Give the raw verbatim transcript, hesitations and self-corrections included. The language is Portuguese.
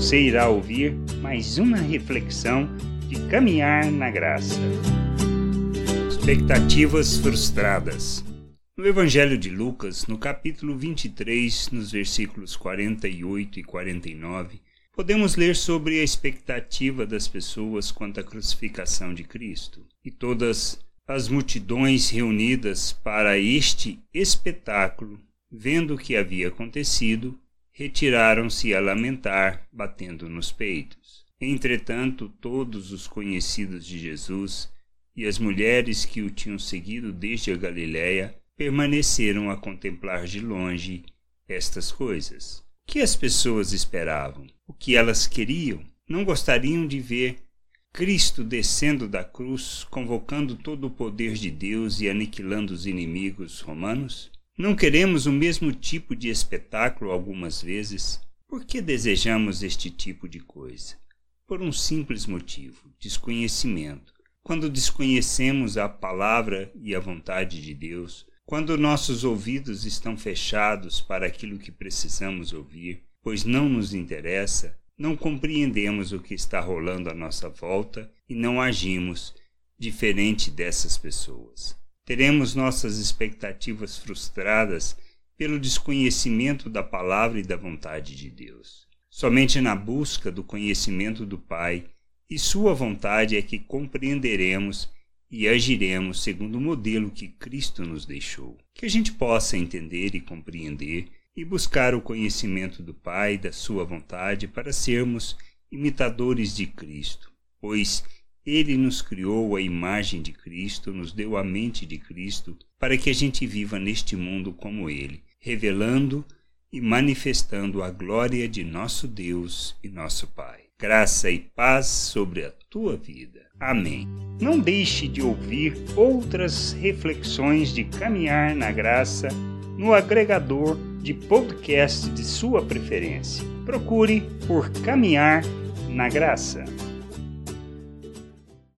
você irá ouvir mais uma reflexão de caminhar na graça. Expectativas frustradas. No Evangelho de Lucas, no capítulo vinte e três, nos versículos quarenta e oito e quarenta e nove, podemos ler sobre a expectativa das pessoas quanto à crucificação de Cristo. E todas as multidões reunidas para este espetáculo, vendo o que havia acontecido, retiraram-se a lamentar, batendo nos peitos. Entretanto, todos os conhecidos de Jesus e as mulheres que o tinham seguido desde a Galiléia permaneceram a contemplar de longe estas coisas. O que as pessoas esperavam? O que elas queriam? Não gostariam de ver Cristo descendo da cruz, convocando todo o poder de Deus e aniquilando os inimigos romanos? Não queremos o mesmo tipo de espetáculo algumas vezes? Por que desejamos este tipo de coisa? Por um simples motivo: desconhecimento. Quando desconhecemos a palavra e a vontade de Deus, quando nossos ouvidos estão fechados para aquilo que precisamos ouvir, pois não nos interessa, não compreendemos o que está rolando à nossa volta e não agimos diferente dessas pessoas. Teremos nossas expectativas frustradas pelo desconhecimento da palavra e da vontade de Deus. Somente na busca do conhecimento do Pai e sua vontade é que compreenderemos e agiremos segundo o modelo que Cristo nos deixou. Que a gente possa entender e compreender e buscar o conhecimento do Pai e da sua vontade para sermos imitadores de Cristo, pois Ele nos criou a imagem de Cristo, nos deu a mente de Cristo, para que a gente viva neste mundo como Ele, revelando e manifestando a glória de nosso Deus e nosso Pai. Graça e paz sobre a tua vida. Amém. Não deixe de ouvir outras reflexões de caminhar na graça no agregador de podcast de sua preferência. Procure por Caminhar na Graça.